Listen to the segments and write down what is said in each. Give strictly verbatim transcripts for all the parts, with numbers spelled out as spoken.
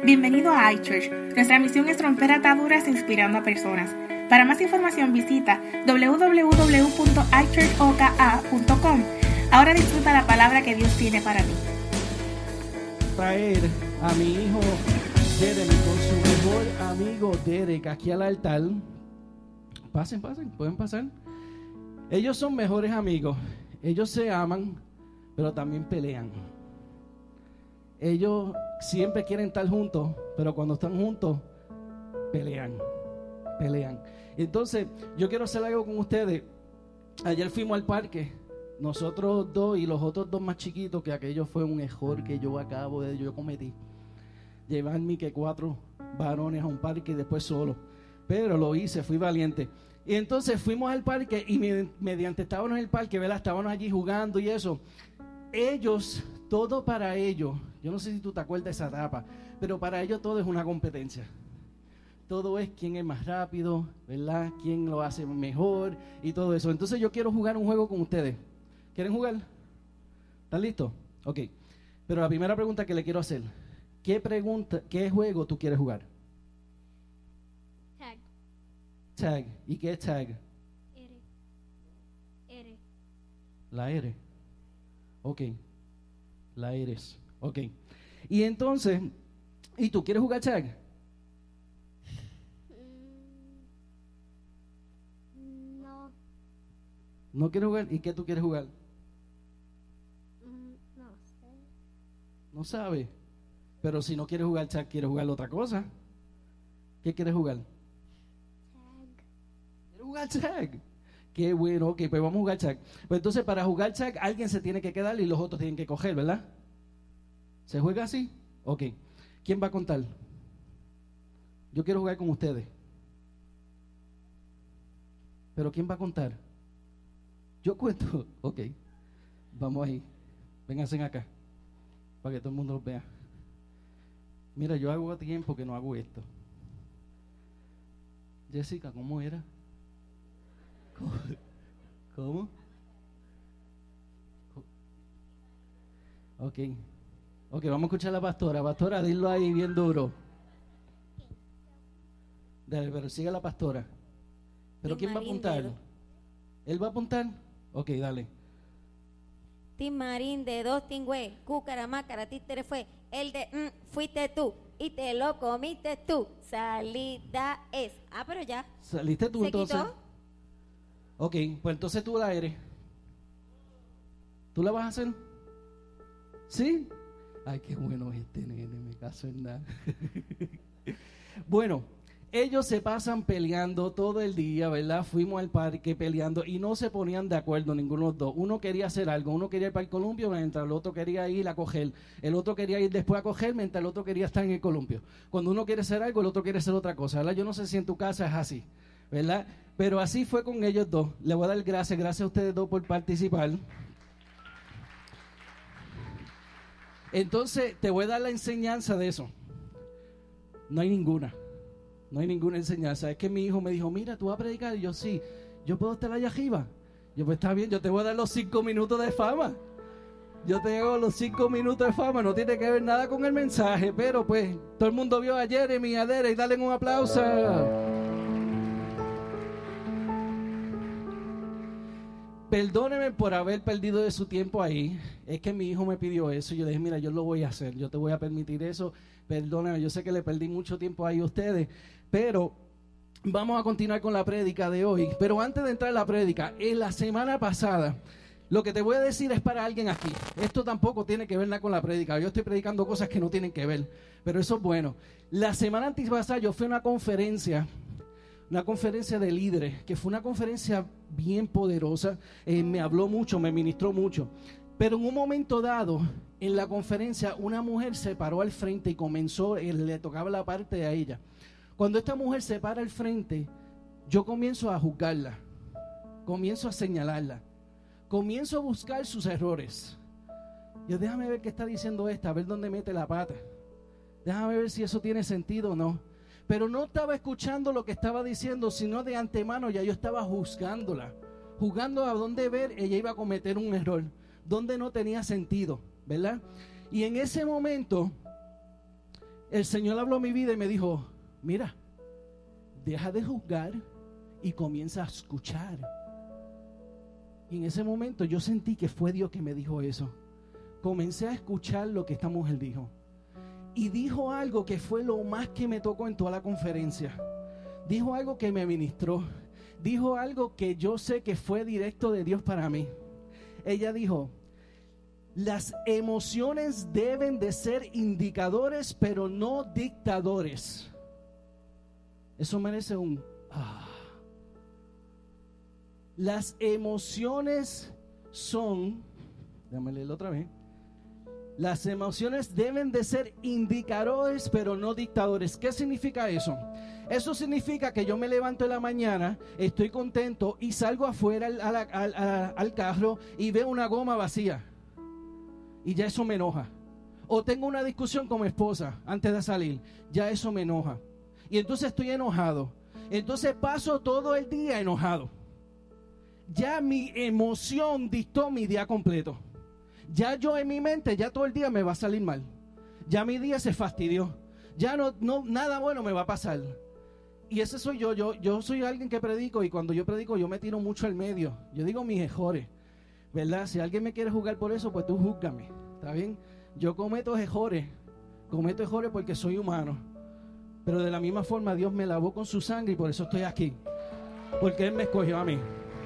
Bienvenido a iChurch. Nuestra misión es romper ataduras inspirando a personas. Para más información visita doble u doble u doble u punto i church o k a punto com. Ahora disfruta la palabra que Dios tiene para ti. Traer a mi hijo Derek con su mejor amigo Derek aquí al altar. Pasen, pasen, pueden pasar. Ellos son mejores amigos. Ellos se aman, pero también pelean. Ellos siempre quieren estar juntos, pero cuando están juntos, pelean, pelean. Entonces, yo quiero hacer algo con ustedes. Ayer fuimos al parque, nosotros dos y los otros dos más chiquitos, que aquello fue un error que yo acabo de, yo cometí. Llevarme que cuatro varones a un parque y después solo. Pero lo hice, fui valiente. Y entonces fuimos al parque y mediante estábamos en el parque, ¿verdad? Estábamos allí jugando y eso. Ellos, todo para ellos, yo no sé si tú te acuerdas de esa etapa, pero para ellos todo es una competencia. Todo es quién es más rápido, ¿verdad? Quién lo hace mejor y todo eso. Entonces yo quiero jugar un juego con ustedes. ¿Quieren jugar? ¿Están listos? Ok. Pero la primera pregunta que le quiero hacer, ¿qué pregunta, qué juego tú quieres jugar? Tag. Tag. ¿Y qué es tag? R. R. La R. Ok. La eres. Ok. Y entonces, ¿y tú quieres jugar tag? Mm, no. ¿No quieres jugar? ¿Y qué tú quieres jugar? Mm, no sé. No sabes. Pero si no quieres jugar tag, ¿quieres jugar otra cosa? ¿Qué quieres jugar? Tag. ¿Quieres jugar tag? Qué bueno, ok, pues vamos a jugar tag. Pues entonces para jugar tag alguien se tiene que quedar y los otros tienen que coger, ¿verdad? ¿Se juega así? Ok. ¿Quién va a contar? Yo quiero jugar con ustedes. ¿Pero quién va a contar? Yo cuento. Ok. Vamos ahí. Vénganse acá. Para que todo el mundo los vea. Mira, yo hago tiempo que no hago esto. Jessica, ¿cómo era? ¿Cómo? ¿Cómo? Ok. Ok, vamos a escuchar a la pastora. Pastora, dilo ahí bien duro. Dale, pero sigue la pastora. ¿Pero quién va a apuntar? ¿Él va a apuntar? Ok, dale. Timarín de dos tingüe, cucaramácara, títere fue. El de mm, fuiste tú y te lo comiste tú. Salida es. Ah, pero ya. ¿Saliste tú ¿Se entonces? quitó? Ok, pues entonces tú la eres. ¿Tú la vas a hacer? ¿Sí? Ay, qué bueno es este nene, me caso en nada. Bueno, ellos se pasan peleando todo el día, ¿verdad? Fuimos al parque peleando y no se ponían de acuerdo ninguno de los dos. Uno quería hacer algo, uno quería ir para el columpio mientras el otro quería ir a coger. El otro quería ir después a coger mientras el otro quería estar en el columpio. Cuando uno quiere hacer algo, el otro quiere hacer otra cosa, ¿verdad? Yo no sé si en tu casa es así, ¿verdad? Pero así fue con ellos dos. Le voy a dar gracias, gracias a ustedes dos por participar. Entonces, te voy a dar la enseñanza de eso. No hay ninguna. No hay ninguna enseñanza. Es que mi hijo me dijo, mira, tú vas a predicar. Y yo, sí, yo puedo estar allá arriba. Yo, pues está bien, yo te voy a dar los cinco minutos de fama. Yo te hago los cinco minutos de fama. No tiene que ver nada con el mensaje. Pero pues, todo el mundo vio a Jeremy y a Derek. Dale un aplauso. Perdóneme por haber perdido de su tiempo ahí. Es que mi hijo me pidió eso. Y yo le dije, mira, yo lo voy a hacer. Yo te voy a permitir eso. Perdóneme, yo sé que le perdí mucho tiempo ahí a ustedes. Pero vamos a continuar con la prédica de hoy. Pero antes de entrar a la prédica, en la semana pasada, lo que te voy a decir es para alguien aquí. Esto tampoco tiene que ver nada con la prédica. Yo estoy predicando cosas que no tienen que ver. Pero eso es bueno. La semana antipasada yo fui a una conferencia. Una conferencia de líderes, que fue una conferencia bien poderosa, eh, me habló mucho, me ministró mucho, pero en un momento dado, en la conferencia, una mujer se paró al frente y comenzó, eh, le tocaba la parte a ella. Cuando esta mujer se para al frente, yo comienzo a juzgarla, comienzo a señalarla, comienzo a buscar sus errores. Yo, déjame ver qué está diciendo esta, a ver dónde mete la pata, déjame ver si eso tiene sentido o no. Pero no estaba escuchando lo que estaba diciendo, sino de antemano ya yo estaba juzgándola, juzgando a dónde ver ella iba a cometer un error, dónde no tenía sentido, ¿verdad? Y en ese momento el Señor habló a mi vida y me dijo, mira, deja de juzgar y comienza a escuchar. Y en ese momento yo sentí que fue Dios que me dijo eso. Comencé a escuchar lo que esta mujer dijo. Y dijo algo que fue lo más que me tocó en toda la conferencia. Dijo algo que me ministró. Dijo algo que yo sé que fue directo de Dios para mí. Ella dijo, las emociones deben de ser indicadores, pero no dictadores. Eso merece un... Ah. Las emociones son... Déjame leerlo otra vez. Las emociones deben de ser indicadores, pero no dictadores. ¿Qué significa eso? Eso significa que yo me levanto en la mañana, estoy contento y salgo afuera al, al, al, al, al carro y veo una goma vacía. Y ya eso me enoja. O tengo una discusión con mi esposa antes de salir. Ya eso me enoja. Y entonces estoy enojado. Entonces paso todo el día enojado. Ya mi emoción dictó mi día completo. Ya yo en mi mente, ya todo el día me va a salir mal. Ya mi día se fastidió. Ya no, no nada bueno me va a pasar. Y ese soy yo. Yo, yo soy alguien que predico y cuando yo predico yo me tiro mucho al medio. Yo digo mis errores, ¿verdad? Si alguien me quiere juzgar por eso, pues tú júzgame. ¿Está bien? Yo cometo errores. Cometo errores porque soy humano. Pero de la misma forma Dios me lavó con su sangre y por eso estoy aquí. Porque Él me escogió a mí.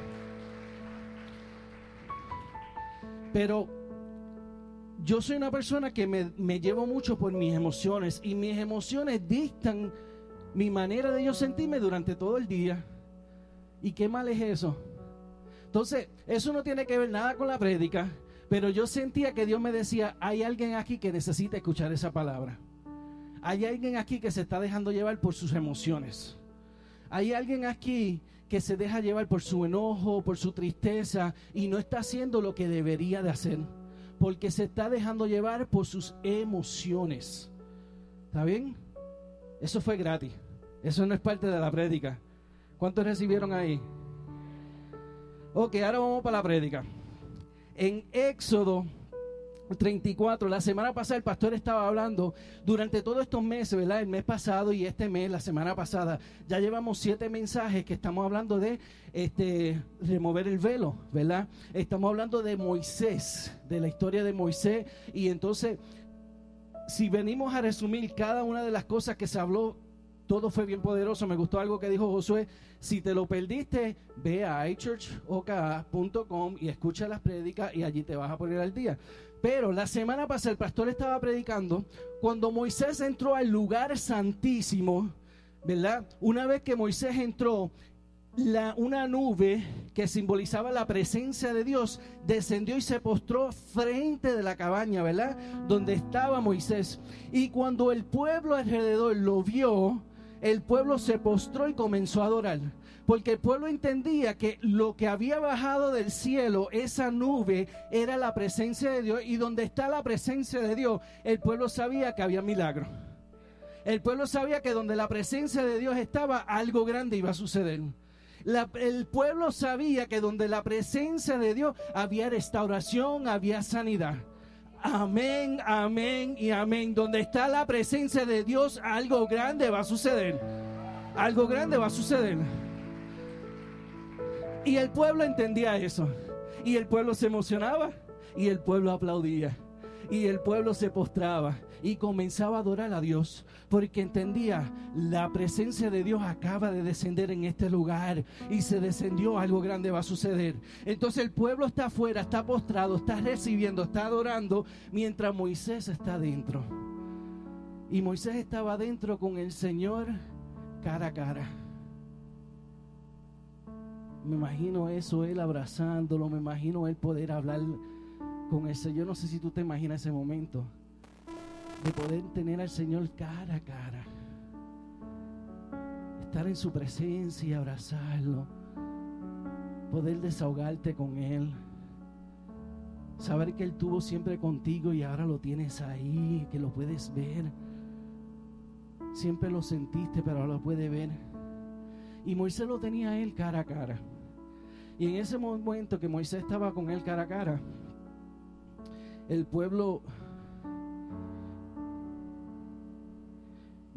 Pero yo soy una persona que me, me llevo mucho por mis emociones. Y mis emociones dictan mi manera de yo sentirme durante todo el día. ¿Y qué mal es eso? Entonces, eso no tiene que ver nada con la prédica. Pero yo sentía que Dios me decía, hay alguien aquí que necesita escuchar esa palabra. Hay alguien aquí que se está dejando llevar por sus emociones. Hay alguien aquí que se deja llevar por su enojo, por su tristeza y no está haciendo lo que debería de hacer. Porque se está dejando llevar por sus emociones. ¿Está bien? Eso fue gratis. Eso no es parte de la prédica. ¿Cuántos recibieron ahí? Ok, ahora vamos para la prédica. En Éxodo treinta y cuatro, la semana pasada el pastor estaba hablando durante todos estos meses, ¿verdad? El mes pasado y este mes, la semana pasada, ya llevamos siete mensajes que estamos hablando de este, remover el velo, ¿verdad? Estamos hablando de Moisés, de la historia de Moisés, y entonces, si venimos a resumir cada una de las cosas que se habló, todo fue bien poderoso. Me gustó algo que dijo Josué. Si te lo perdiste, ve a i church o k a punto com y escucha las prédicas y allí te vas a poner al día. Pero la semana pasada el pastor estaba predicando cuando Moisés entró al lugar santísimo, ¿verdad? Una vez que Moisés entró, la, una nube que simbolizaba la presencia de Dios descendió y se postró frente de la cabaña, ¿verdad? Donde estaba Moisés. Y cuando el pueblo alrededor lo vio, el pueblo se postró y comenzó a adorar. Porque el pueblo entendía que lo que había bajado del cielo, esa nube, era la presencia de Dios. Y donde está la presencia de Dios, el pueblo sabía que había milagro. El pueblo sabía que donde la presencia de Dios estaba, algo grande iba a suceder. La, el pueblo sabía que donde la presencia de Dios había restauración, había sanidad. Amén, amén y amén. Donde está la presencia de Dios, algo grande va a suceder. Algo grande va a suceder. Y el pueblo entendía eso. Y el pueblo se emocionaba. Y el pueblo aplaudía. Y el pueblo se postraba. Y comenzaba a adorar a Dios. Porque entendía, la presencia de Dios acaba de descender en este lugar. Y se descendió, algo grande va a suceder. Entonces el pueblo está afuera, está postrado, está recibiendo, está adorando. Mientras Moisés está adentro. Y Moisés estaba adentro con el Señor cara a cara. Me imagino eso, él abrazándolo. Me imagino él poder hablar con el Señor. No sé si tú te imaginas ese momento de poder tener al Señor cara a cara, estar en su presencia y abrazarlo, poder desahogarte con Él, saber que Él estuvo siempre contigo y ahora lo tienes ahí, que lo puedes ver. Siempre lo sentiste, pero ahora lo puedes ver. Y Moisés lo tenía a Él cara a cara. Y en ese momento que Moisés estaba con Él cara a cara, el pueblo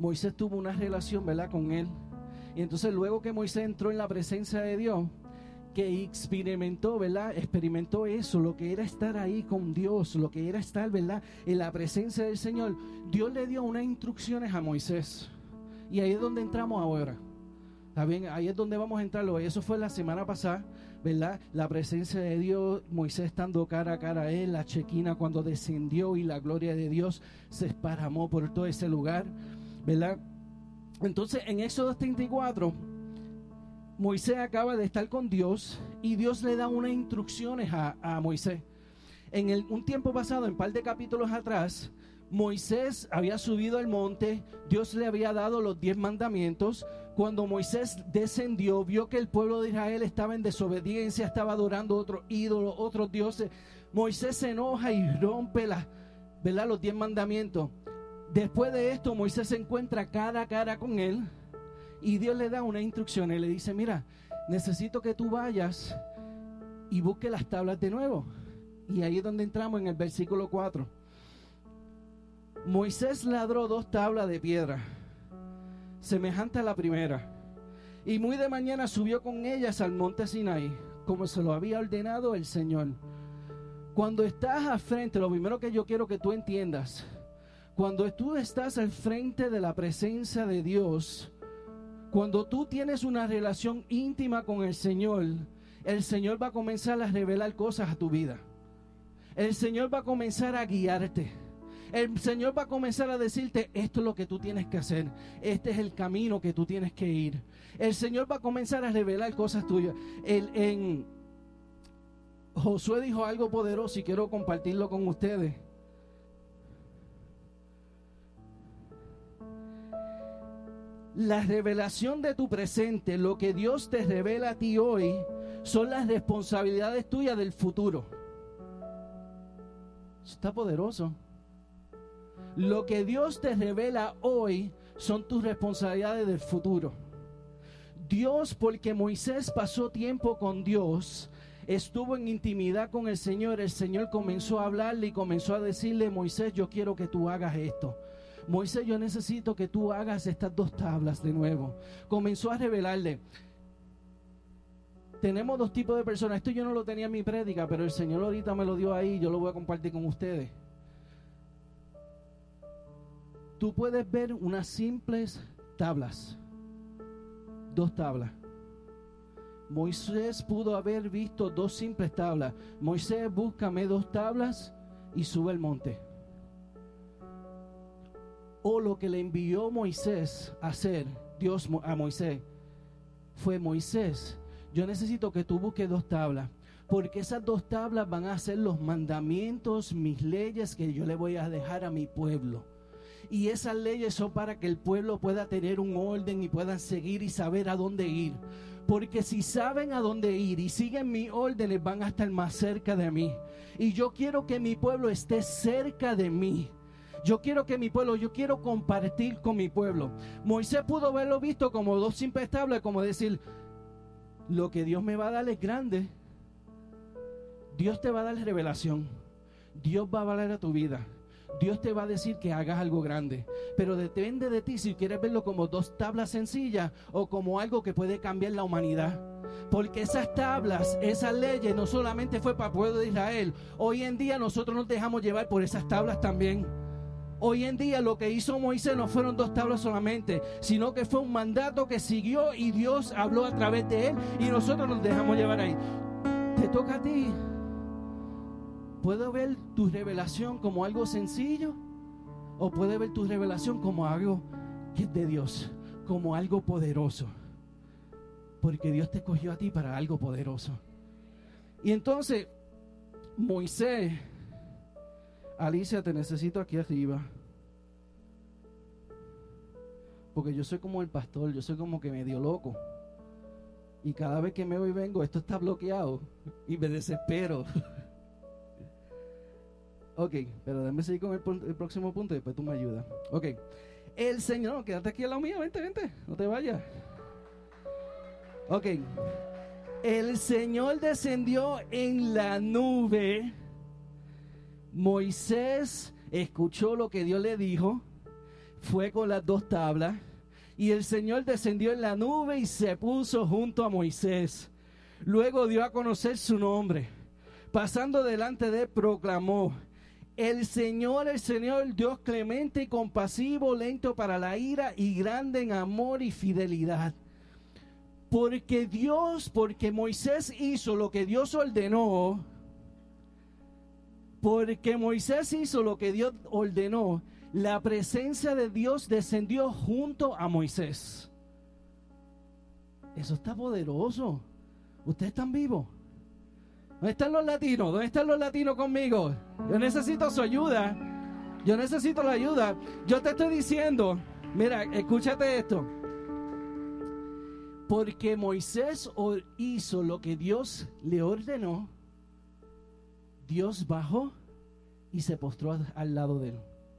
Moisés tuvo una relación, ¿verdad?, con él. Y entonces luego que Moisés entró en la presencia de Dios, que experimentó, ¿verdad? Experimentó eso, lo que era estar ahí con Dios, lo que era estar, ¿verdad?, en la presencia del Señor. Dios le dio unas instrucciones a Moisés. Y ahí es donde entramos ahora. ¿Está bien? Ahí es donde vamos a entrar hoy. Eso fue la semana pasada, ¿verdad? La presencia de Dios, Moisés estando cara a cara a él, la chequina cuando descendió y la gloria de Dios se esparramó por todo ese lugar, ¿verdad? Entonces, en Éxodo treinta y cuatro, Moisés acaba de estar con Dios y Dios le da unas instrucciones a, a Moisés. En el, un tiempo pasado, en un par de capítulos atrás, Moisés había subido al monte, Dios le había dado los diez mandamientos. Cuando Moisés descendió, vio que el pueblo de Israel estaba en desobediencia, estaba adorando otros ídolos, otros dioses. Moisés se enoja y rompe la, ¿verdad?, los diez mandamientos. Después de esto, Moisés se encuentra cara a cara con él y Dios le da una instrucción y le dice: mira, necesito que tú vayas y busques las tablas de nuevo. Y ahí es donde entramos en el versículo cuatro. Moisés ladró dos tablas de piedra, semejante a la primera, y muy de mañana subió con ellas al monte Sinaí, como se lo había ordenado el Señor. Cuando estás al frente, lo primero que yo quiero que tú entiendas, cuando tú estás al frente de la presencia de Dios, cuando tú tienes una relación íntima con el Señor, el Señor va a comenzar a revelar cosas a tu vida. El Señor va a comenzar a guiarte. El Señor va a comenzar a decirte: esto es lo que tú tienes que hacer, este es el camino que tú tienes que ir. El Señor va a comenzar a revelar cosas tuyas. El, en Josué dijo algo poderoso y quiero compartirlo con ustedes. La revelación de tu presente, lo que Dios te revela a ti hoy, son las responsabilidades tuyas del futuro. Eso está poderoso. Lo que Dios te revela hoy son tus responsabilidades del futuro. Dios, porque Moisés pasó tiempo con Dios, estuvo en intimidad con el Señor, el Señor comenzó a hablarle y comenzó a decirle: Moisés, yo quiero que tú hagas esto. Moisés, yo necesito que tú hagas estas dos tablas de nuevo. Comenzó a revelarle. Tenemos dos tipos de personas. Esto yo no lo tenía en mi prédica, pero el Señor ahorita me lo dio ahí y yo lo voy a compartir con ustedes. Tú puedes ver unas simples tablas, dos tablas. Moisés pudo haber visto dos simples tablas. Moisés, búscame dos tablas y sube al monte. O lo que le envió Moisés a hacer, Dios a Moisés, fue: Moisés, yo necesito que tú busques dos tablas, porque esas dos tablas van a ser los mandamientos, mis leyes que yo le voy a dejar a mi pueblo. Y esas leyes son para que el pueblo pueda tener un orden y puedan seguir y saber a dónde ir. Porque si saben a dónde ir y siguen mis órdenes, van a estar más cerca de mí. Y yo quiero que mi pueblo esté cerca de mí. Yo quiero que mi pueblo, yo quiero compartir con mi pueblo. Moisés pudo haberlo visto como dos simples tablas, como decir: lo que Dios me va a dar es grande. Dios te va a dar revelación. Dios va a hablar a tu vida. Dios te va a decir que hagas algo grande, pero depende de ti si quieres verlo como dos tablas sencillas o como algo que puede cambiar la humanidad. Porque esas tablas, esas leyes no solamente fue para el pueblo de Israel. Hoy en día nosotros nos dejamos llevar por esas tablas también. Hoy en día lo que hizo Moisés no fueron dos tablas solamente, sino que fue un mandato que siguió y Dios habló a través de él y nosotros nos dejamos llevar ahí. Te toca a ti. ¿Puedo ver tu revelación como algo sencillo? ¿O puedes ver tu revelación como algo que es de Dios? Como algo poderoso. Porque Dios te escogió a ti para algo poderoso. Y entonces, Moisés, Alicia, te necesito aquí arriba. Porque yo soy como el pastor, yo soy como que medio loco. Y cada vez que me voy y vengo, esto está bloqueado. Y me desespero. Ok, pero déjame seguir con el, punto, el próximo punto y después tú me ayudas. Ok, el Señor, no, quédate aquí al lado mío, vente, vente, no te vayas. Ok, el Señor descendió en la nube. Moisés escuchó lo que Dios le dijo. fue con las dos tablas, y el Señor descendió en la nube y se puso junto a Moisés. Luego dio a conocer su nombre. Pasando delante de él, proclamó: el Señor, el Señor, Dios clemente y compasivo, lento para la ira y grande en amor y fidelidad. Porque Dios, porque Moisés hizo lo que Dios ordenó, porque Moisés hizo lo que Dios ordenó, la presencia de Dios descendió junto a Moisés. Eso está poderoso. ¿Ustedes están vivos? ¿Dónde están los latinos? ¿Dónde están los latinos conmigo? Yo necesito su ayuda. Yo necesito la ayuda. Yo te estoy diciendo, mira, escúchate esto. Porque Moisés hizo lo que Dios le ordenó, Dios bajó y se postró al lado de él.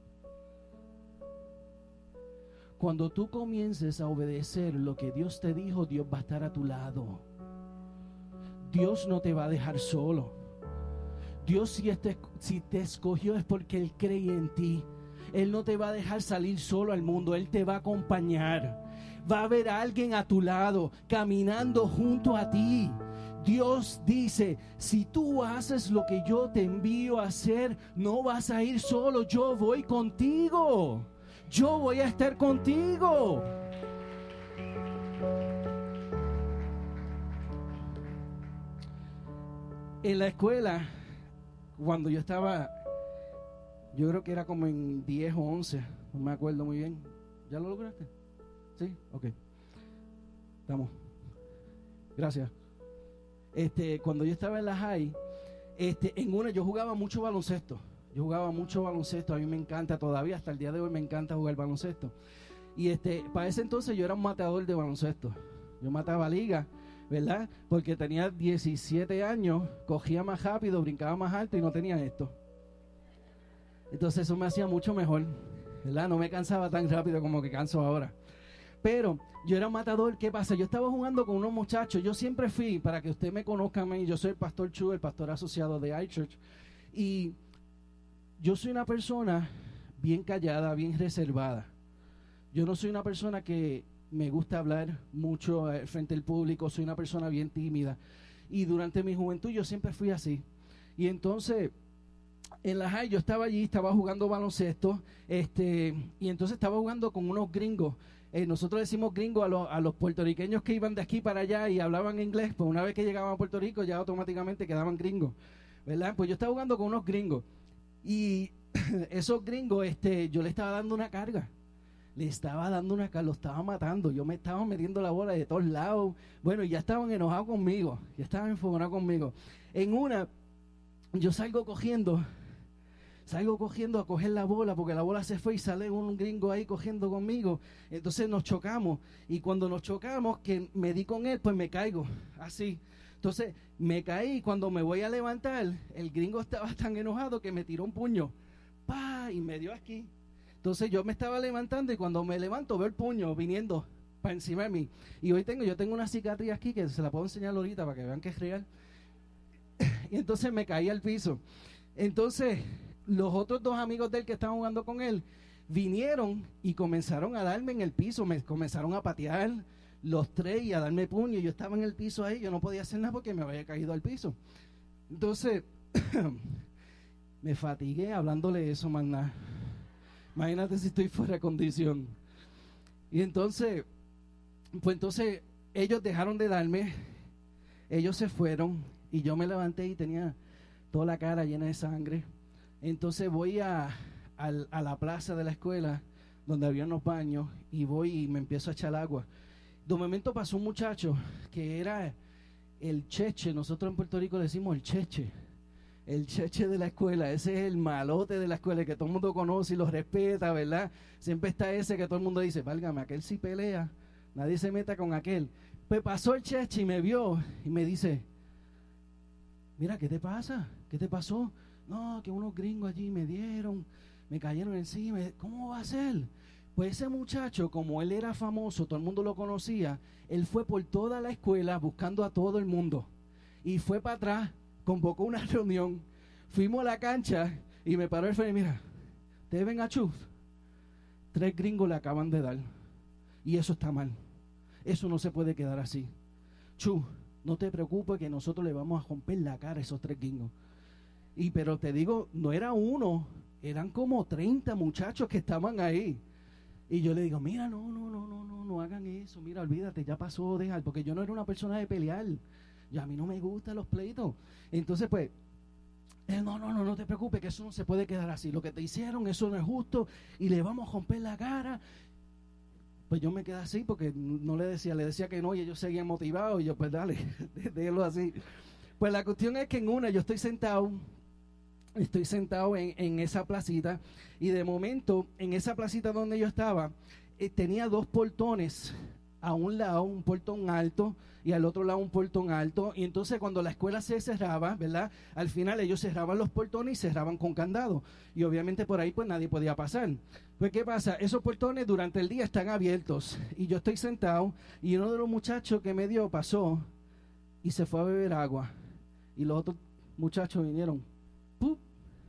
Cuando tú comiences a obedecer lo que Dios te dijo, Dios va a estar a tu lado. Dios no te va a dejar solo. Dios si te, si te escogió es porque Él cree en ti. Él no te va a dejar salir solo al mundo. Él te va a acompañar. Va a haber alguien a tu lado, caminando junto a ti. Dios dice, si tú haces lo que yo te envío a hacer, no vas a ir solo. Yo voy contigo. Yo voy a estar contigo. En la escuela, cuando yo estaba, yo creo que era como en diez o once, no me acuerdo muy bien. ¿Ya lo lograste? Sí, ok. Estamos. Gracias. Este, cuando yo estaba en la high, este, en una yo jugaba mucho baloncesto. Yo jugaba mucho baloncesto, a mí me encanta todavía, hasta el día de hoy me encanta jugar baloncesto. Y este, para ese entonces yo era un matador de baloncesto. Yo mataba liga, ¿verdad? Porque tenía diecisiete años, cogía más rápido, brincaba más alto y no tenía esto. Entonces eso me hacía mucho mejor, ¿verdad? No me cansaba tan rápido como que canso ahora. Pero yo era un matador. ¿Qué pasa? Yo estaba jugando con unos muchachos. Yo siempre fui, para que usted me conozca a mí, yo soy el pastor Chu, el pastor asociado de iChurch. Y yo soy una persona bien callada, bien reservada. Yo no soy una persona que me gusta hablar mucho eh, frente al público. Soy una persona bien tímida. Y durante mi juventud yo siempre fui así. Y entonces, en la high yo estaba allí, estaba jugando baloncesto. Este, y entonces estaba jugando con unos gringos. Eh, nosotros decimos gringos a, lo, a los puertorriqueños que iban de aquí para allá y hablaban inglés. Pues una vez que llegaban a Puerto Rico ya automáticamente quedaban gringos, ¿verdad? Pues yo estaba jugando con unos gringos. Y esos gringos, este, yo le estaba dando una carga. Le estaba dando una carga, lo estaba matando. Yo me estaba metiendo la bola de todos lados. Bueno, ya estaban enojados conmigo. Ya estaban enfogonados conmigo. En una, yo salgo cogiendo. Salgo cogiendo a coger la bola porque la bola se fue y sale un gringo ahí cogiendo conmigo. Entonces nos chocamos. Y cuando nos chocamos, que me di con él, pues me caigo. Así. Entonces me caí y cuando me voy a levantar, el gringo estaba tan enojado que me tiró un puño. ¡Pah! Y me dio aquí. Entonces yo me estaba levantando y cuando me levanto veo el puño viniendo para encima de mí. Y hoy tengo, yo tengo una cicatriz aquí que se la puedo enseñar ahorita para que vean que es real. Y entonces me caí al piso. Entonces los otros dos amigos de él que estaban jugando con él vinieron y comenzaron a darme en el piso. Me comenzaron a patear los tres y a darme puño. Yo estaba en el piso ahí, yo no podía hacer nada porque me había caído al piso. Entonces me fatigué hablándole eso, más nada. Imagínate si estoy fuera de condición. Y entonces, pues entonces ellos dejaron de darme, ellos se fueron y yo me levanté y tenía toda la cara llena de sangre. Entonces voy a, a, a la plaza de la escuela donde había unos baños y voy y me empiezo a echar agua. De un momento pasó un muchacho que era el cheche, nosotros en Puerto Rico le decimos el cheche. El cheche de la escuela, ese es el malote de la escuela que todo el mundo conoce y lo respeta, ¿verdad? Siempre está ese que todo el mundo dice, válgame, aquel sí pelea, nadie se meta con aquel. Pues pasó el cheche y me vio y me dice, mira, ¿qué te pasa? ¿Qué te pasó? No, que unos gringos allí me dieron, me cayeron encima. ¿Cómo va a ser? Pues ese muchacho, como él era famoso, todo el mundo lo conocía, él fue por toda la escuela buscando a todo el mundo y fue para atrás. Convocó una reunión, fuimos a la cancha y me paró el frente, mira, ustedes ven a Chuf, Tres gringos le acaban de dar. Y eso está mal. Eso no se puede quedar así. Chu, no te preocupes que nosotros le vamos a romper la cara a esos tres gringos. Y pero te digo, no era uno, eran como treinta muchachos que estaban ahí. Y yo le digo, mira, no, no, no, no, no, no hagan eso, mira, olvídate, ya pasó, deja, porque yo no era una persona de pelear. Y a mí no me gustan los pleitos. Entonces, pues, él, no, no, no, no te preocupes, que eso no se puede quedar así. Lo que te hicieron, eso no es justo, y le vamos a romper la cara. Pues yo me quedé así, porque no le decía, le decía que no, y ellos seguían motivados, y yo, pues dale, déjelo así. Pues la cuestión es que en una, yo estoy sentado, estoy sentado en, en esa placita, y de momento, en esa placita donde yo estaba, eh, tenía dos portones, a un lado un portón alto y al otro lado un portón alto, y entonces cuando la escuela se cerraba, ¿verdad? Al final ellos cerraban los portones y cerraban con candado, y obviamente por ahí pues nadie podía pasar. Pues ¿qué pasa? Esos portones durante el día están abiertos, y yo estoy sentado, y uno de los muchachos que me dio pasó y se fue a beber agua, y los otros muchachos vinieron, ¡pup!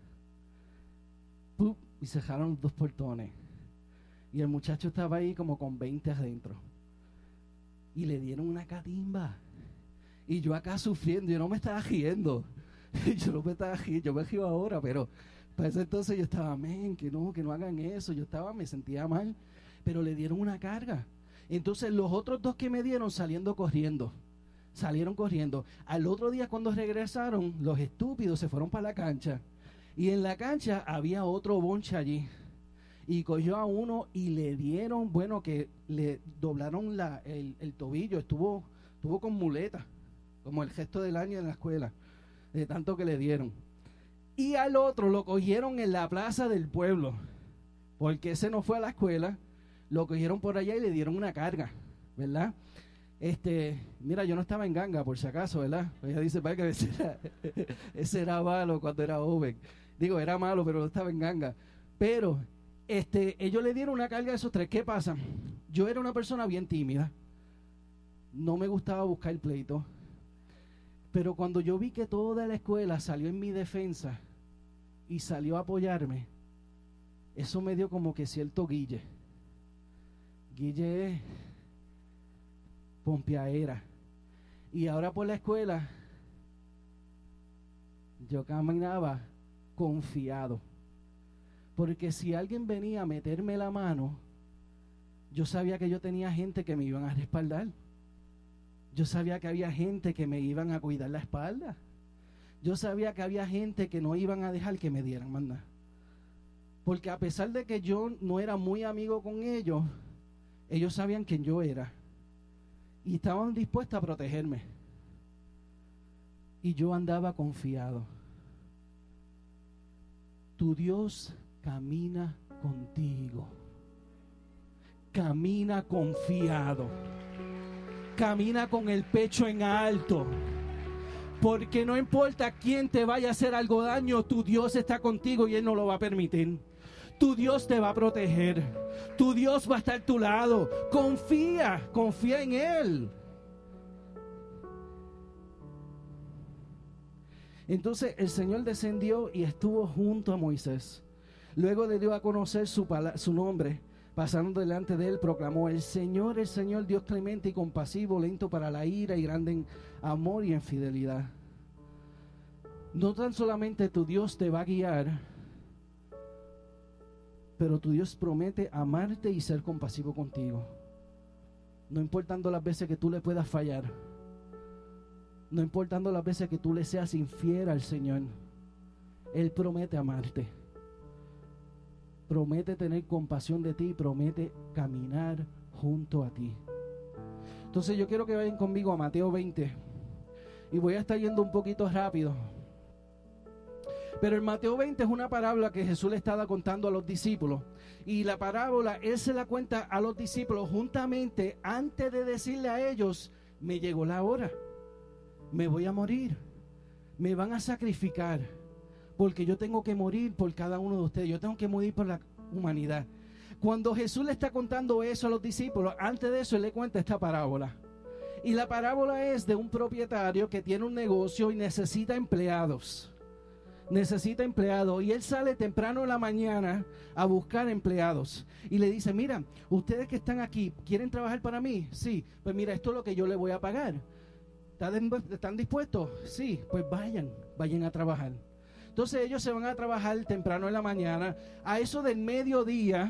¡pup! Y cerraron los dos portones, y el muchacho estaba ahí como con veinte adentro. Y le dieron una catimba. Y yo acá sufriendo, yo no me estaba riendo. Yo no me estaba riendo, yo me río ahora, pero para ese entonces yo estaba, men, que no, que no hagan eso. Yo estaba, me sentía mal, pero le dieron una carga. Entonces los otros dos que me dieron saliendo corriendo, salieron corriendo. Al otro día cuando regresaron, los estúpidos se fueron para la cancha. Y en la cancha había otro bonche allí. Y cogió a uno y le dieron, bueno, que le doblaron la, el, el tobillo, estuvo, estuvo con muleta, como el gesto del año en la escuela, de tanto que le dieron. Y al otro lo cogieron en la plaza del pueblo, porque ese no fue a la escuela, lo cogieron por allá y le dieron una carga, ¿verdad? Este, mira, yo no estaba en ganga, por si acaso, ¿verdad? Pues ella dice, vaya que ese era, ese era malo cuando era joven. Digo, era malo, pero no estaba en ganga. Pero Este, ellos le dieron una carga a esos tres. ¿Qué pasa? Yo era una persona bien tímida. No me gustaba buscar el pleito. Pero cuando yo vi que toda la escuela salió en mi defensa y salió a apoyarme, eso me dio como que cierto guille. Guille es pompeadera. Y ahora por la escuela yo caminaba confiado. Porque si alguien venía a meterme la mano, yo sabía que yo tenía gente que me iban a respaldar. Yo sabía que había gente que me iban a cuidar la espalda. Yo sabía que había gente que no iban a dejar que me dieran más nada. Porque a pesar de que yo no era muy amigo con ellos, ellos sabían quién yo era. Y estaban dispuestos a protegerme. Y yo andaba confiado. Tu Dios camina contigo. Camina confiado. Camina con el pecho en alto. Porque no importa quién te vaya a hacer algo daño, tu Dios está contigo y Él no lo va a permitir. Tu Dios te va a proteger. Tu Dios va a estar a tu lado. Confía, confía en Él. Entonces el Señor descendió y estuvo junto a Moisés. Luego le dio a conocer su, pala- su nombre. Pasando delante de él, proclamó: el Señor, el Señor, Dios clemente y compasivo, lento para la ira y grande en amor y en fidelidad. No tan solamente tu Dios te va a guiar, pero tu Dios promete amarte y ser compasivo contigo. No importando las veces que tú le puedas fallar. No importando las veces que tú le seas infiel al Señor. Él promete amarte. Promete tener compasión de ti y promete caminar junto a ti. Entonces yo quiero que vayan conmigo a Mateo veinte. Y voy a estar yendo un poquito rápido. Pero en Mateo veinte es una parábola que Jesús le estaba contando a los discípulos. Y la parábola, Él se la cuenta a los discípulos juntamente antes de decirle a ellos: me llegó la hora. Me voy a morir. Me van a sacrificar. Porque yo tengo que morir por cada uno de ustedes. Yo tengo que morir por la humanidad. Cuando Jesús le está contando eso a los discípulos, antes de eso Él le cuenta esta parábola. Y la parábola es de un propietario que tiene un negocio y necesita empleados. necesita empleados. Y él sale temprano en la mañana a buscar empleados. Y le dice, mira, ustedes que están aquí, ¿quieren trabajar para mí? Sí, pues mira, esto es lo que yo les voy a pagar. ¿Están dispuestos? Sí, pues vayan, vayan a trabajar. Entonces ellos se van a trabajar temprano en la mañana. A eso del mediodía,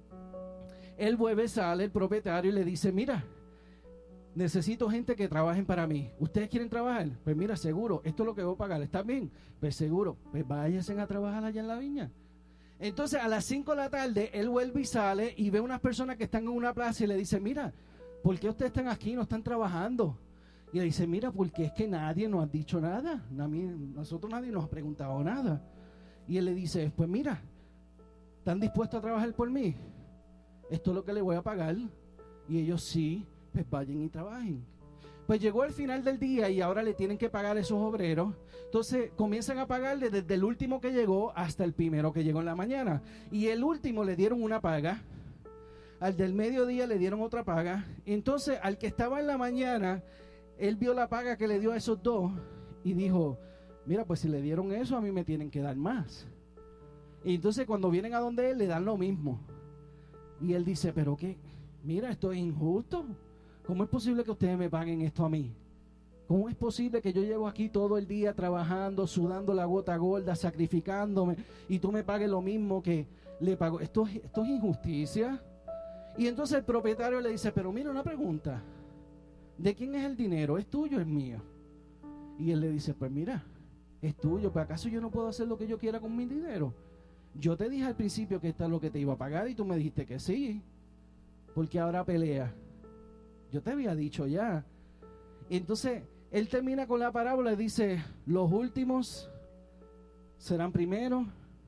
el vuelve, sale el propietario y le dice, mira, necesito gente que trabajen para mí. ¿Ustedes quieren trabajar? Pues mira, seguro, esto es lo que voy a pagar. ¿Está bien? Pues seguro, pues váyanse a trabajar allá en la viña. Entonces a las cinco de la tarde, él vuelve y sale y ve unas personas que están en una plaza y le dice, mira, ¿por qué ustedes están aquí y no están trabajando? Y le dice, mira, porque es que nadie nos ha dicho nada. A mí, nosotros nadie nos ha preguntado nada. Y él le dice, pues mira, ¿están dispuestos a trabajar por mí? Esto es lo que le voy a pagar. Y ellos sí, pues vayan y trabajen. Pues llegó el final del día y ahora le tienen que pagar a esos obreros. Entonces comienzan a pagarle desde el último que llegó hasta el primero que llegó en la mañana. Y el último le dieron una paga. Al del mediodía le dieron otra paga. Entonces al que estaba en la mañana, él vio la paga que le dio a esos dos y dijo, mira, pues si le dieron eso, a mí me tienen que dar más. Y entonces cuando vienen a donde él, le dan lo mismo. Y él dice, pero qué, mira, esto es injusto. ¿Cómo es posible que ustedes me paguen esto a mí? ¿Cómo es posible que yo llevo aquí todo el día trabajando, sudando la gota gorda, sacrificándome, y tú me pagues lo mismo que le pago? Esto, esto es injusticia. Y entonces el propietario le dice, pero mira, una pregunta. ¿De quién es el dinero? ¿Es tuyo o es mío? Y él le dice, pues mira, es tuyo, ¿pero acaso yo no puedo hacer lo que yo quiera con mi dinero? Yo te dije al principio que esto es lo que te iba a pagar y tú me dijiste que sí, porque ahora pelea. Yo te había dicho ya. Entonces, él termina con la parábola y dice, los últimos serán primeros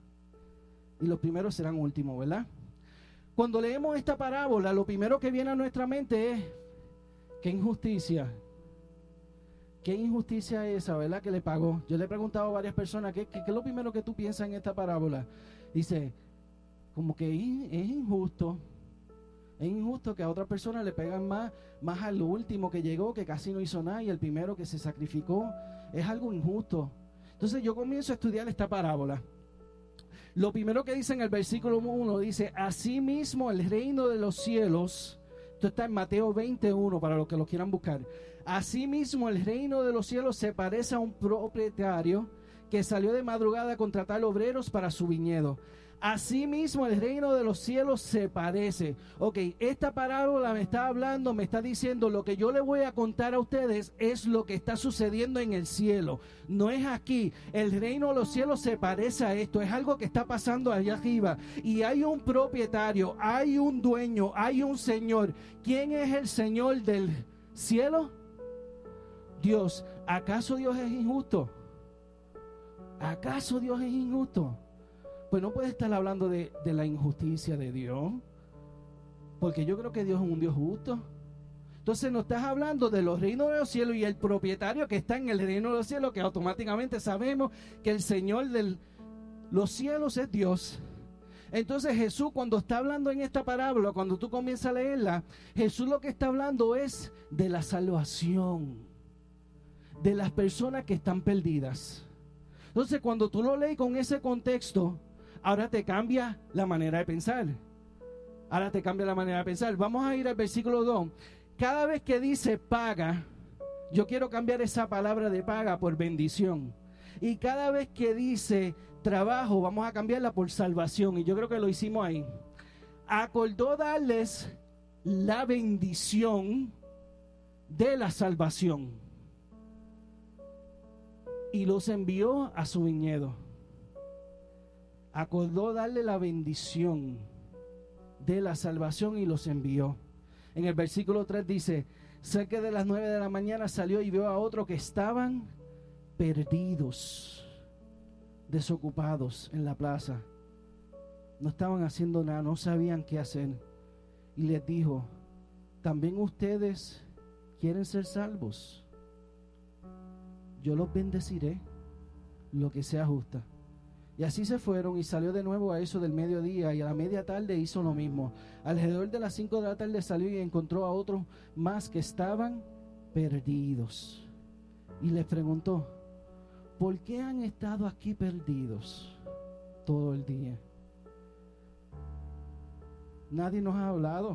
y los primeros serán últimos, ¿verdad? Cuando leemos esta parábola, lo primero que viene a nuestra mente es, qué injusticia, qué injusticia es esa, ¿verdad? Que le pagó. Yo le he preguntado a varias personas, ¿qué, qué, qué es lo primero que tú piensas en esta parábola? Dice, como que es injusto, es injusto que a otra persona le pegan más, más al último que llegó, que casi no hizo nada, y el primero que se sacrificó, es algo injusto. Entonces yo comienzo a estudiar esta parábola. Lo primero que dice en el versículo uno, dice, asimismo el reino de los cielos. Esto está en Mateo veintiuno para los que lo quieran buscar. Asimismo, el reino de los cielos se parece a un propietario que salió de madrugada a contratar obreros para su viñedo. Asimismo, el reino de los cielos se parece. Ok, esta parábola me está hablando, me está diciendo lo que yo le voy a contar a ustedes es lo que está sucediendo en el cielo. No es aquí. El reino de los cielos se parece a esto. Es algo que está pasando allá arriba. Y hay un propietario, hay un dueño, hay un señor. ¿Quién es el señor del cielo? Dios. ¿Acaso Dios es injusto? ¿Acaso Dios es injusto? Pues no puede estar hablando de, de la injusticia de Dios, porque yo creo que Dios es un Dios justo. Entonces no estás hablando de los reinos de los cielos y el propietario que está en el reino de los cielos, que automáticamente sabemos que el Señor de los cielos es Dios. Entonces Jesús, cuando está hablando en esta parábola, cuando tú comienzas a leerla, Jesús lo que está hablando es de la salvación de las personas que están perdidas. Entonces cuando tú lo lees con ese contexto, ahora te cambia la manera de pensar. Ahora te cambia la manera de pensar. Vamos a ir al versículo dos. Cada vez que dice paga, yo quiero cambiar esa palabra de paga por bendición. Y cada vez que dice trabajo, vamos a cambiarla por salvación. Y yo creo que lo hicimos ahí. Acordó darles la bendición de la salvación. Y los envió a su viñedo. Acordó darle la bendición de la salvación y los envió. En el versículo tres dice, cerca de las nueve de la mañana salió y vio a otros que estaban perdidos, desocupados en la plaza. No estaban haciendo nada, no sabían qué hacer. Y les dijo, ¿también ustedes quieren ser salvos? Yo los bendeciré, lo que sea justa. Y así se fueron y salió de nuevo a eso del mediodía y a la media tarde hizo lo mismo. Alrededor de las cinco de la tarde salió y encontró a otros más que estaban perdidos. Y les preguntó, ¿por qué han estado aquí perdidos todo el día? Nadie nos ha hablado.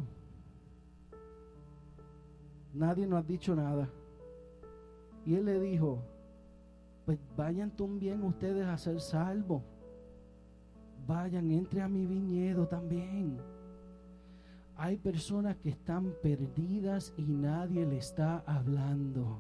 Nadie nos ha dicho nada. Y él le dijo, pues vayan también ustedes a ser salvos. Vayan, entre a mi viñedo también. Hay personas que están perdidas y nadie le está hablando.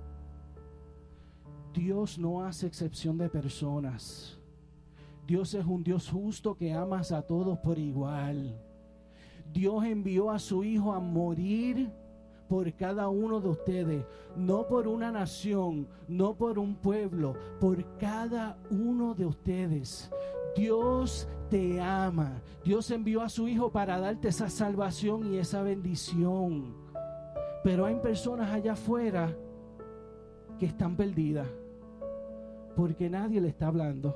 Dios no hace excepción de personas. Dios es un Dios justo que ama a todos por igual. Dios envió a su Hijo a morir por cada uno de ustedes, no por una nación, no por un pueblo, por cada uno de ustedes. Dios te ama. Dios envió a su Hijo para darte esa salvación y esa bendición. Pero hay personas allá afuera que están perdidas porque nadie le está hablando.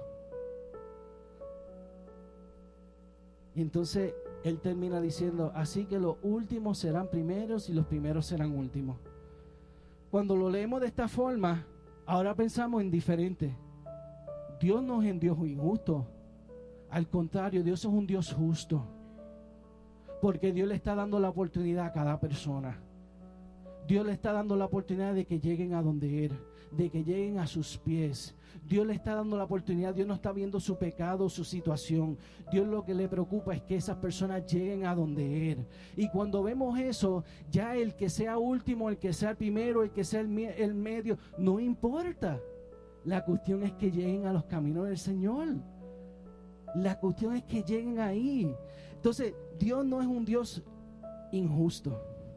Y entonces él termina diciendo, así que los últimos serán primeros y los primeros serán últimos. Cuando lo leemos de esta forma, ahora pensamos en diferente. Dios no es un Dios injusto. Al contrario, Dios es un Dios justo. Porque Dios le está dando la oportunidad a cada persona. Dios le está dando la oportunidad de que lleguen a donde Él, de que lleguen a sus pies. Dios le está dando la oportunidad. Dios no está viendo su pecado, su situación. Dios lo que le preocupa es que esas personas lleguen a donde Él. Y cuando vemos eso, ya el que sea último, el que sea el primero, el que sea el, el medio, no importa. La cuestión es que lleguen a los caminos del Señor. La cuestión es que lleguen ahí. Entonces, Dios no es un Dios injusto.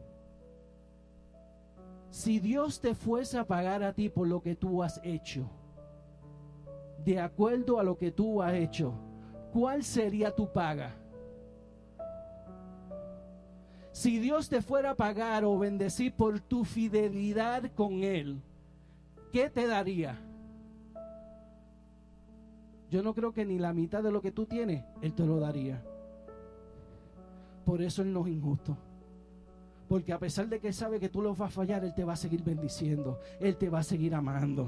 Si Dios te fuese a pagar a ti por lo que tú has hecho, de acuerdo a lo que tú has hecho, ¿cuál sería tu paga? Si Dios te fuera a pagar o bendecir por tu fidelidad con Él, ¿qué te daría? Yo no creo que ni la mitad de lo que tú tienes, Él te lo daría. Por eso Él no es injusto. Porque a pesar de que Él sabe que tú lo vas a fallar, Él te va a seguir bendiciendo. Él te va a seguir amando.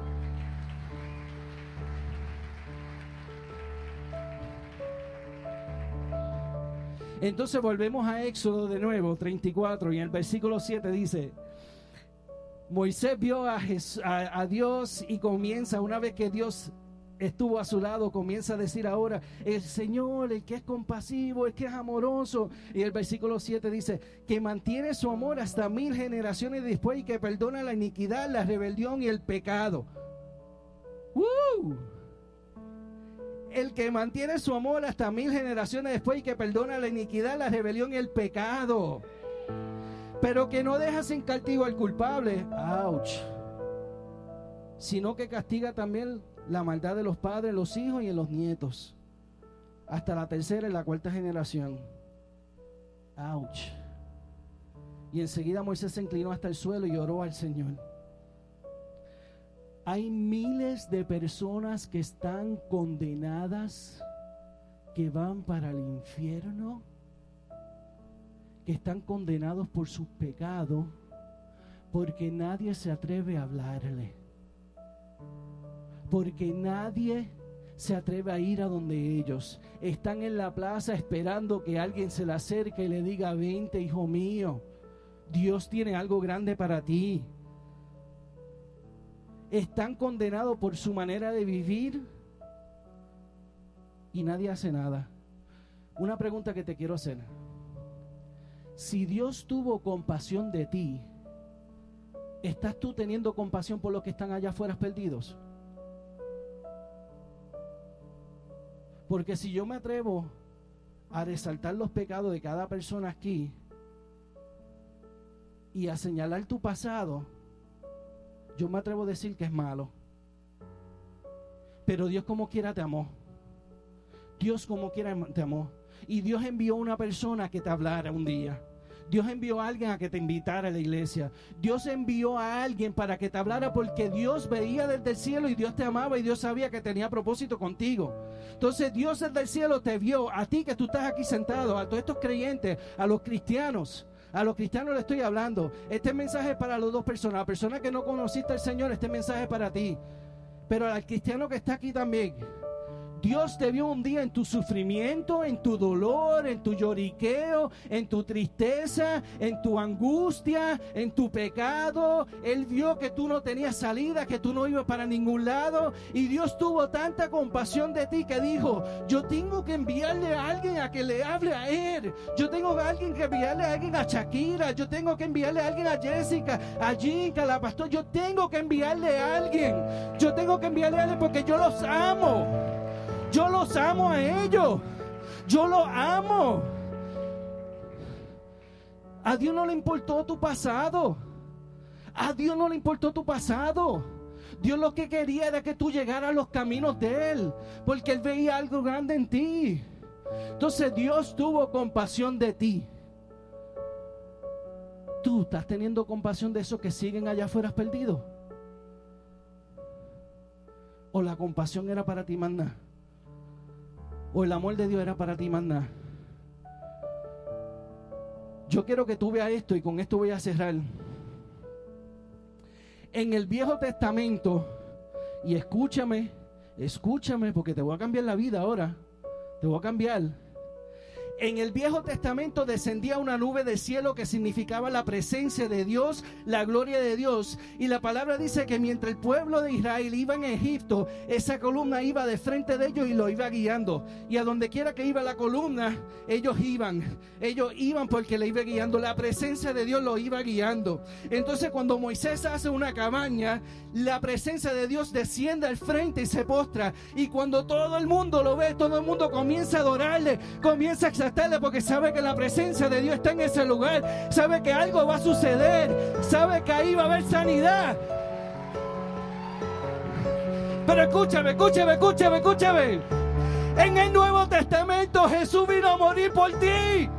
Entonces volvemos a Éxodo de nuevo, treinta y cuatro, y en el versículo siete dice, Moisés vio a, Jesús, a, a Dios y comienza, una vez que Dios estuvo a su lado, comienza a decir ahora, el Señor, el que es compasivo, el que es amoroso. Y el versículo siete dice, que mantiene su amor hasta mil generaciones después y que perdona la iniquidad, la rebelión y el pecado. ¡Uh! El que mantiene su amor hasta mil generaciones después y que perdona la iniquidad, la rebelión y el pecado. Pero que no deja sin castigo al culpable, ¡ouch!, sino que castiga también la maldad de los padres, los hijos y en los nietos, hasta la tercera y la cuarta generación. ¡Auch! Y enseguida Moisés se inclinó hasta el suelo y oró al Señor. Hay miles de personas que están condenadas, que van para el infierno, que están condenados por sus pecados, porque nadie se atreve a hablarle. Porque nadie se atreve a ir a donde ellos. Están en la plaza esperando que alguien se le acerque y le diga, vente, hijo mío, Dios tiene algo grande para ti. Están condenados por su manera de vivir y nadie hace nada. Una pregunta que te quiero hacer. Si Dios tuvo compasión de ti, ¿estás tú teniendo compasión por los que están allá afuera perdidos? Porque si yo me atrevo a resaltar los pecados de cada persona aquí y a señalar tu pasado, yo me atrevo a decir que es malo. Pero Dios como quiera te amó. Dios como quiera te amó. Y Dios envió una persona que te hablara un día. Dios envió a alguien a que te invitara a la iglesia. Dios envió a alguien para que te hablara porque Dios veía desde el cielo y Dios te amaba y Dios sabía que tenía propósito contigo. Entonces Dios desde el cielo te vio, a ti que tú estás aquí sentado, a todos estos creyentes, a los cristianos. A los cristianos le estoy hablando. Este mensaje es para las dos personas. La persona que no conociste al Señor, este mensaje es para ti. Pero al cristiano que está aquí también, Dios te vio un día en tu sufrimiento, en tu dolor, en tu lloriqueo, en tu tristeza, en tu angustia, en tu pecado. Él vio que tú no tenías salida, que tú no ibas para ningún lado. Y Dios tuvo tanta compasión de ti que dijo, yo tengo que enviarle a alguien a que le hable a él. Yo tengo a alguien que enviarle a alguien a Shakira. Yo tengo que enviarle a alguien a Jessica, a Jinka, a la pastora. Yo tengo que enviarle a alguien. Yo tengo que enviarle a alguien porque yo los amo. Yo los amo a ellos. Yo los amo. A Dios no le importó tu pasado. A Dios no le importó tu pasado. Dios lo que quería era que tú llegaras a los caminos de Él, porque Él veía algo grande en ti. Entonces Dios tuvo compasión de ti. ¿Tú estás teniendo compasión de esos que siguen allá afuera perdidos? ¿O la compasión era para ti más nada? ¿O el amor de Dios era para ti más nada? Yo quiero que tú veas esto y con esto voy a cerrar. En el Viejo Testamento, y escúchame, escúchame porque te voy a cambiar la vida ahora. Te voy a cambiar. En el Viejo Testamento descendía una nube del cielo que significaba la presencia de Dios, la gloria de Dios. Y la palabra dice que mientras el pueblo de Israel iba en Egipto, esa columna iba de frente de ellos y lo iba guiando. Y a donde quiera que iba la columna, ellos iban. Ellos iban porque le iba guiando. La presencia de Dios lo iba guiando. Entonces cuando Moisés hace una cabaña, la presencia de Dios desciende al frente y se postra. Y cuando todo el mundo lo ve, todo el mundo comienza a adorarle, comienza a exaltarle, porque sabe que la presencia de Dios está en ese lugar, sabe que algo va a suceder, sabe que ahí va a haber sanidad. Pero escúchame, escúchame, escúchame, escúchame. En el Nuevo Testamento Jesús vino a morir por ti.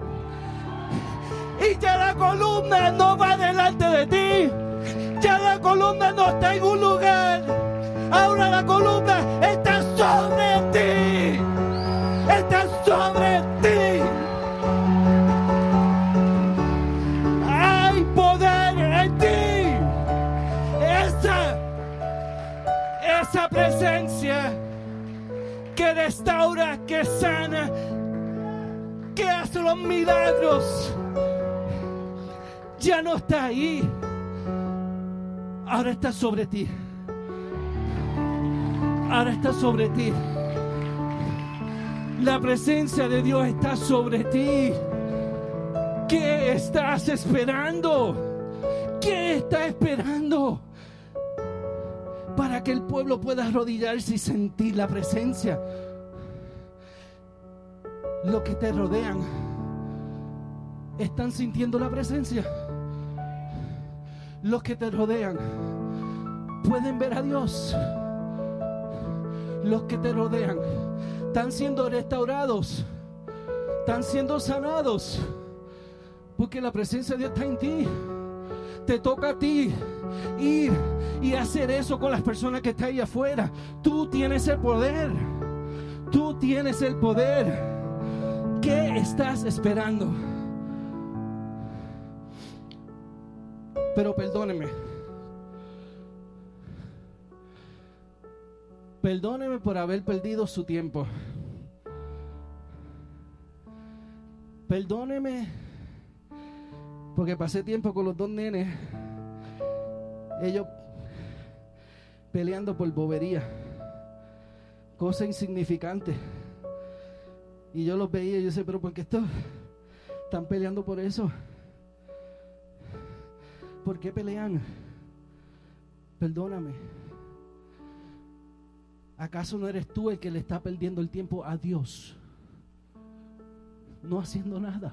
Y ya la columna no va delante de ti. Ya la columna no está en un lugar. Ahora la columna está sobre ti. Está sobre ti. Hay poder en ti. Esa, esa presencia que restaura, que sana, que hace los milagros, ya no está ahí. Ahora está sobre ti. Ahora está sobre ti. La presencia de Dios está sobre ti. ¿Qué estás esperando? ¿Qué estás esperando? Para que el pueblo pueda arrodillarse y sentir la presencia. Los que te rodean están sintiendo la presencia. Los que te rodean pueden ver a Dios. Los que te rodean están siendo restaurados, están siendo sanados, porque la presencia de Dios está en ti. Te toca a ti ir y hacer eso con las personas que están ahí afuera. Tú tienes el poder. Tú tienes el poder. ¿Qué estás esperando? Pero perdóneme. Perdóneme por haber perdido su tiempo. Perdóneme porque pasé tiempo con los dos nenes, ellos peleando por bobería, cosa insignificante. Y yo los veía y yo decía, pero ¿por qué estos están peleando por eso? ¿Por qué pelean? Perdóname. ¿Acaso no eres tú el que le está perdiendo el tiempo a Dios? No haciendo nada.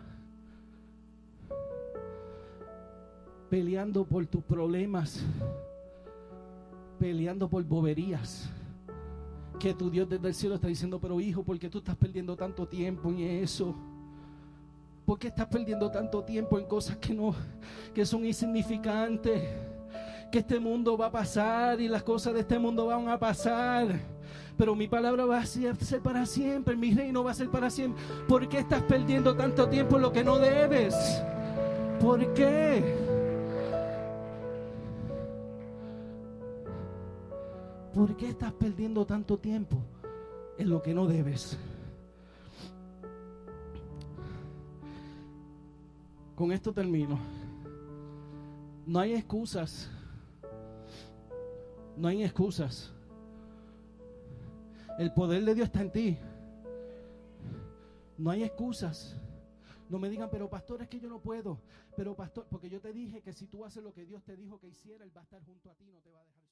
Peleando por tus problemas. Peleando por boberías. Que tu Dios desde el cielo está diciendo, pero hijo, ¿por qué tú estás perdiendo tanto tiempo en eso? ¿Por qué estás perdiendo tanto tiempo en cosas que no, que son insignificantes? Que este mundo va a pasar y las cosas de este mundo van a pasar, pero mi palabra va a ser para siempre, mi reino va a ser para siempre. ¿Por qué estás perdiendo tanto tiempo en lo que no debes? ¿Por qué? ¿Por qué estás perdiendo tanto tiempo en lo que no debes? Con esto termino. No hay excusas. No hay excusas. El poder de Dios está en ti. No hay excusas. No me digan, pero pastor, es que yo no puedo. Pero pastor, porque yo te dije que si tú haces lo que Dios te dijo que hiciera, Él va a estar junto a ti, no te va a dejar.